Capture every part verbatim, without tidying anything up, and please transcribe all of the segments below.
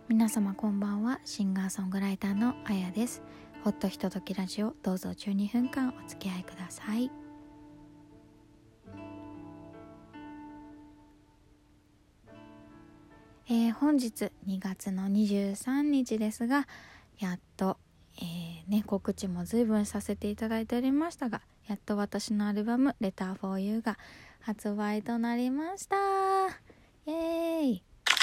皆様こんばんは。シンガーソングライターのあやです。ほっとひとときラジオ、どうぞじゅうにふんかんお付き合いください。えー、本日にがつのにじゅうさんにちですが、やっと、えーね、告知も随分させていただいておりましたが、やっと私のアルバム Letter for You が発売となりました。イエーイ、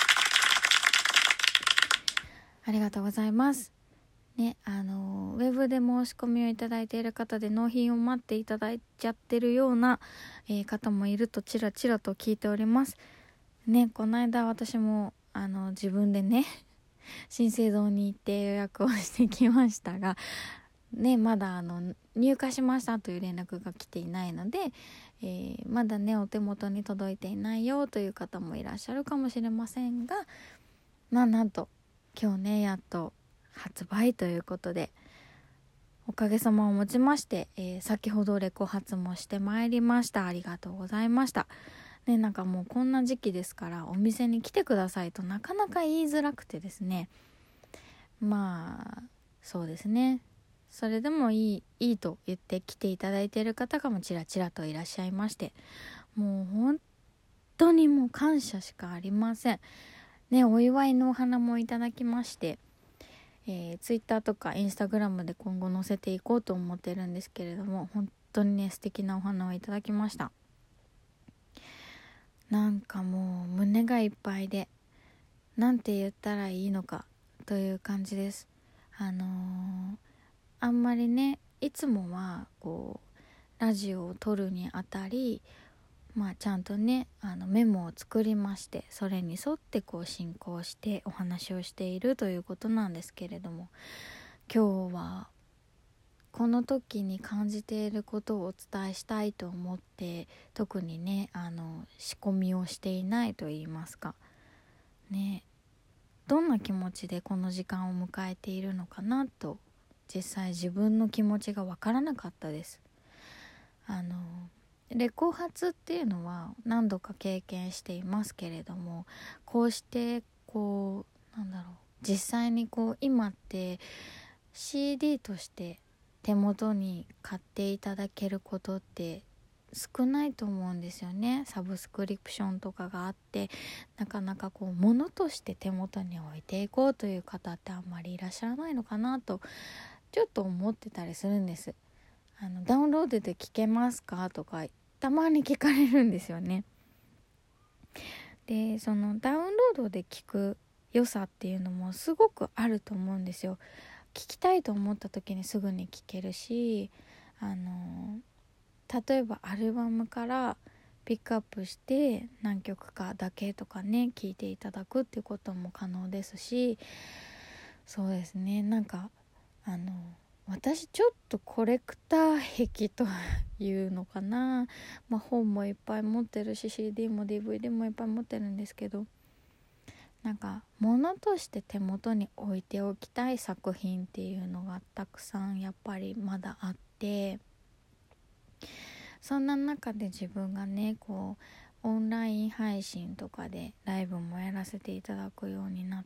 ありがとうございますね。あのウェブで申し込みをいただいている方で納品を待っていただいちゃってるような、えー、方もいるとちらちらと聞いておりますね。この間私もあの自分でね新生堂に行って予約をしてきましたがね、まだあの入荷しましたという連絡が来ていないので、えー、まだねお手元に届いていないよという方もいらっしゃるかもしれませんが、まあなんと今日ねやっと発売ということで、おかげさまをもちまして、えー、先ほどレコ発もしてまいりました。ありがとうございましたね。なんかもうこんな時期ですからお店に来てくださいとなかなか言いづらくてですね、まあそうですね、それでもいいいいと言って来ていただいている方がもちらちらといらっしゃいまして、もう本当にもう感謝しかありませんね。お祝いのお花もいただきまして、えー、ツイッターとかインスタグラムで今後載せていこうと思ってるんですけれども、本当にね素敵なお花をいただきました。なんかもう胸がいっぱいで、なんて言ったらいいのかという感じです。あのー、あんまりねいつもはこうラジオを撮るにあたり、まあちゃんとねあのメモを作りまして、それに沿ってこう進行してお話をしているということなんですけれども、今日はこの時に感じていることをお伝えしたいと思って、特にねあの仕込みをしていないと言いますかね、どんな気持ちでこの時間を迎えているのかなと、実際自分の気持ちがわからなかったです。あのレコ発っていうのは何度か経験していますけれども、こうしてこうなんだろう、実際にこう今って シーディー として手元に買っていただけることって少ないと思うんですよね。サブスクリプションとかがあって、なかなかこう物として手元に置いていこうという方ってあんまりいらっしゃらないのかなとちょっと思ってたりするんです。あのダウンロードで聞けますかとかたまに聞かれるんですよね。でそのダウンロードで聞く良さっていうのもすごくあると思うんですよ。聞きたいと思った時にすぐに聞けるし、あの例えばアルバムからピックアップして何曲かだけとかね聞いていただくっていうことも可能ですし、そうですね、なんかあの私ちょっとコレクター癖というのかな、まあ、本もいっぱい持ってるし シーディー も ディーブイディー もいっぱい持ってるんですけど、なんか物として手元に置いておきたい作品っていうのがたくさんやっぱりまだあって、そんな中で自分がねこうオンライン配信とかでライブもやらせていただくようになって、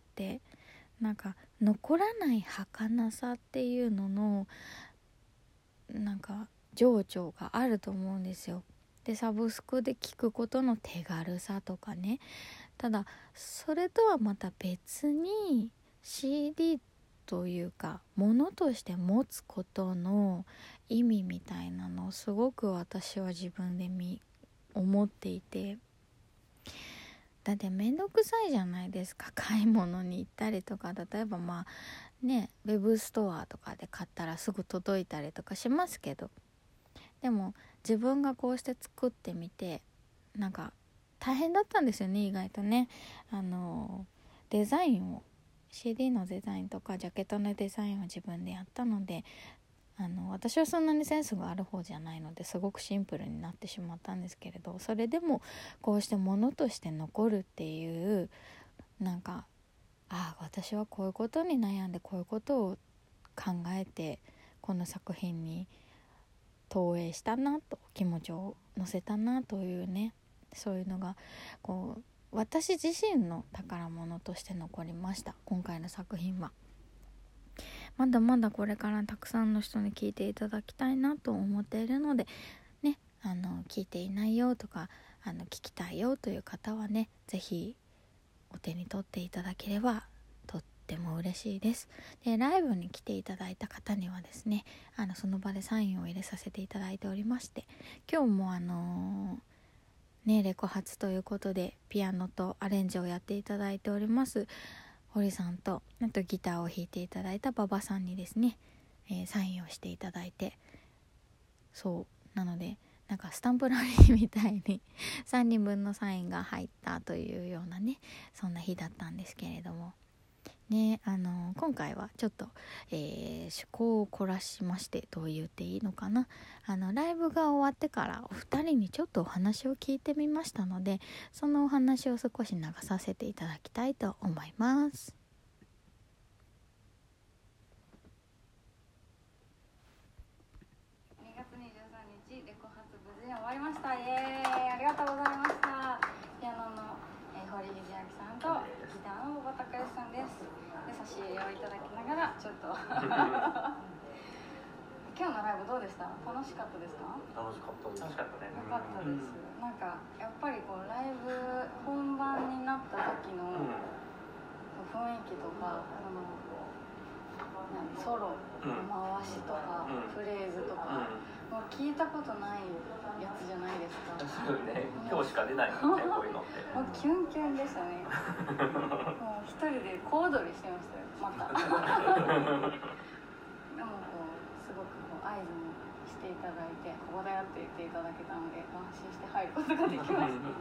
なんか残らない儚さっていうののなんか情緒があると思うんですよ。でサブスクで聞くことの手軽さとかね、ただそれとはまた別に シーディー というか物として持つことの意味みたいなのをすごく私は自分で見思っていて、だってめんどくさいじゃないですか。買い物に行ったりとか、例えばまあねウェブストアとかで買ったらすぐ届いたりとかしますけど、でも自分がこうして作ってみてなんか大変だったんですよね、意外とね。あのデザインを シーディー のデザインとかジャケットのデザインを自分でやったので、あの私はそんなにセンスがある方じゃないのですごくシンプルになってしまったんですけれど、それでもこうして物として残るっていうなんか、ああ私はこういうことに悩んでこういうことを考えてこの作品に投影したなと、気持ちを乗せたなというね、そういうのがこう私自身の宝物として残りました。今回の作品はまだまだこれからたくさんの人に聞いていただきたいなと思っているのでね、あの聞いていないよとかあの聞きたいよという方はね、ぜひお手に取っていただければとっても嬉しいです。でライブに来ていただいた方にはですね、あのその場でサインを入れさせていただいておりまして、今日もあのーねレコ発ということでピアノとアレンジをやっていただいております堀さんと、あとギターを弾いていただいた馬場さんにですね、えー、サインをしていただいて、そうなのでなんかスタンプラリーみたいにさんにんぶんのサインが入ったというようなね、そんな日だったんですけれどもね、あの今回はちょっと、えー、趣向を凝らしまして、どう言っていいのかな、あのライブが終わってからお二人にちょっとお話を聞いてみましたので、そのお話を少し流させていただきたいと思います。 にがつにじゅうさんにちレコ発無事に終わりました。イエーイ、ありがとうございました。ピアノの、えー、堀秀明さんとギターの馬場隆義さんです。で差し入れをいただきながらちょっと今日のライブどうでした？楽しかったですか？ 楽しかったです。 楽しかったね。よかったです。なんかやっぱりこうライブ本番になった時の雰囲気とか、そのソロの回しとか、うん、フレーズとか、うん、もう聞いたことないやつじゃないですか。 そうね、今日しか出ないもんね、こういうのって。 もうキュンキュンでしたね。もう一人で小躍りしてましたよ、また。でもこうすごくこう合図もしていただいて、ここだよって言っていただけたので安心して入ることができました。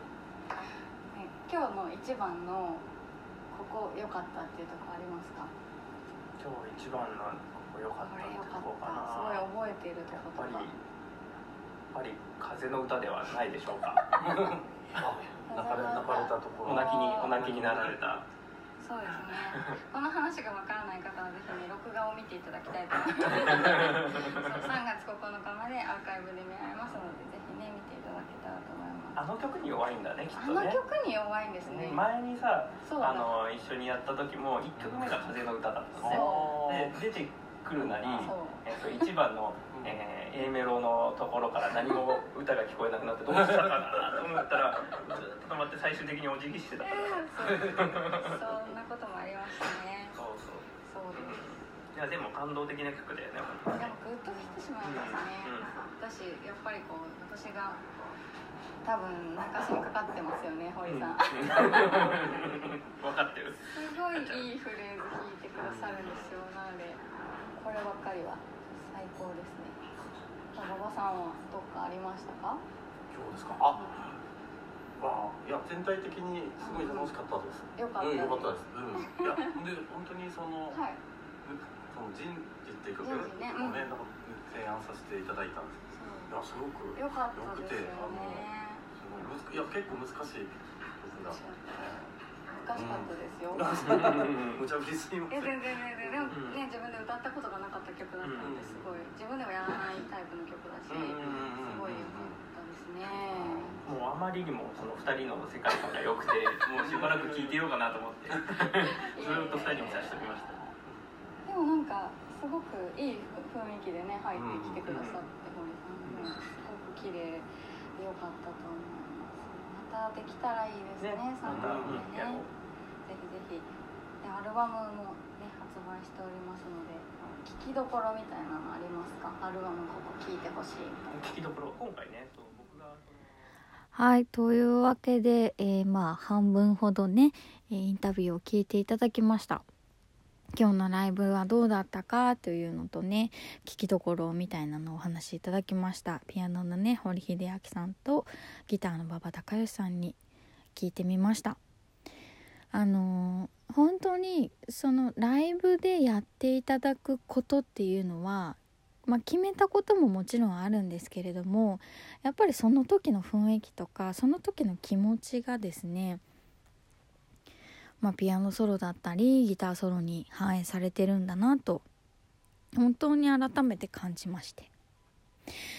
ね、今日の一番のここ良かったっていうところありますか？ 今日一番のここ良かったってとこかな。 すごい覚えているところとか。 やっぱり風の歌ではないでしょうか。 泣かれ泣かれたところ。 お泣きにお泣きになられた。 そうですね。この話がわからない方はぜひね録画を見ていただきたいと思います。さんがつここのかまでアーカイブで見られますので、ぜひね見ていただけたらと思います。 あの曲に弱いんだね、きっとね。 あの曲に弱いんですね。 前にさ、あの一緒にやった時もいっきょくめが風の歌だったのね。で出てくるなり、えっといちばんの、えー、A メロのところから何も歌が聞こえなくなってどうしたかなと思ったらずっと止まって最終的にお辞儀してたから。 そんなこともありましたね。 そうそうそうです。 いやでも感動的な曲だよね。 でもグッときてしまいますね。私やっぱりこう私が多分泣かしにかかってますよね、堀さん。分かってる。 すごいいいフレーズ弾いてくださるんですよ。なのでこればっかりは最高ですね。馬場さんはどっかありましたか？ 今日ですか？あ、まあいや全体的にすごい楽しかったです。 よかったです。 よかったです。うん。いやで本当にその、はい、その人事っていう曲をね、なんか提案させていただいたんです。いやすごくよかったですよね。 いや結構難しい曲だ。 難しかったですよ。 無茶ぶりすぎます。 全然全然でもね自分で歌ったことがなかった曲だったんですごい自分でもやらないタイプの曲だし、すごい良かったですね。 もうあまりにもそのふたりの世界観が良くて、もうしばらく聴いてようかなと思ってずっとふたりにさせておきました。 でもなんかすごくいい雰囲気でね入ってきてくださって、堀さんねすごく綺麗で良かったと思います。またできたらいいですね、さんかいでね。ぜひぜひ。でアルバムもね発売しておりますので、聴きどころみたいなのありますか？アルバムここ聴いてほしいみたいな。 聴きどころ今回ね、そう僕がはい、というわけで、えー、まあ半分ほどねインタビューを聞いていただきました。今日のライブはどうだったかというのとね、聞きどころみたいなのをお話しいただきました。ピアノのね堀秀明さんとギターの馬場隆義さんに聞いてみました。あのー、本当にそのライブでやっていただくことっていうのは、まあ、決めたことももちろんあるんですけれども、やっぱりその時の雰囲気とかその時の気持ちがですね、まあ、ピアノソロだったりギターソロに反映されてるんだなと本当に改めて感じまして、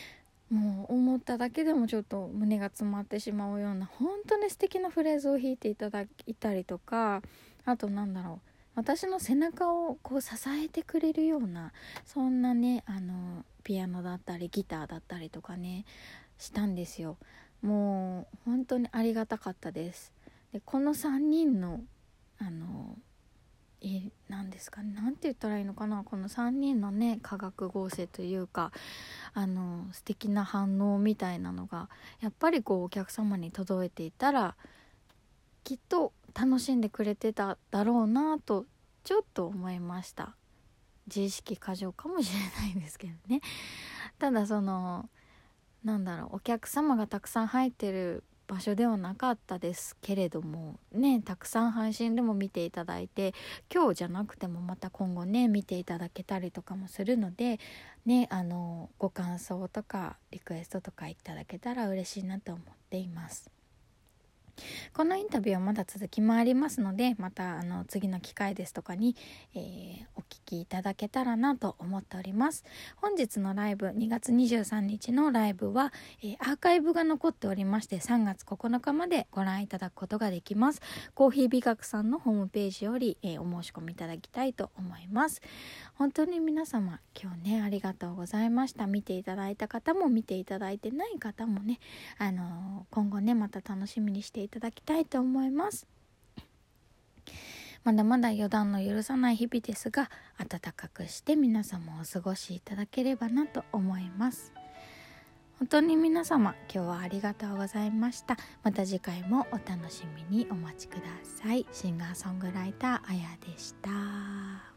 もう思っただけでもちょっと胸が詰まってしまうような本当に素敵なフレーズを弾いていただいたりとか、あとなんだろう、私の背中をこう支えてくれるようなそんなねあのピアノだったりギターだったりとかねしたんですよ。もう本当にありがたかったです。でこのさんにんのあのえなんですかね、なんて言ったらいいのかな、このさんにんのね化学合成というかあの素敵な反応みたいなのがやっぱりこうお客様に届いていたらきっと楽しんでくれてただろうなとちょっと思いました。自意識過剰かもしれないんですけどね。ただそのなんだろう、お客様がたくさん入ってる場所ではなかったですけれどもね、たくさん配信でも見ていただいて、今日じゃなくてもまた今後ね見ていただけたりとかもするのでね、あのご感想とかリクエストとかいただけたら嬉しいなと思っています。このインタビューはまだ続きもありますので、またあの次の機会ですとかに、えー、お聞きいただけたらなと思っております。本日のライブにがつにじゅうさんにちのライブは、えー、アーカイブが残っておりましてさんがつここのかまでご覧いただくことができます。コーヒー美学さんのホームページより、えー、お申し込みいただきたいと思います。本当に皆様今日ねありがとうございました。見ていただいた方も見ていただいてない方もね、あのー、今後ねまた楽しみにしていただきたいと思います。まだまだ予断の許さない日々ですが、暖かくして皆様お過ごしいただければなと思います。本当に皆様今日はありがとうございました。また次回もお楽しみにお待ちください。シンガーソングライターあやでした。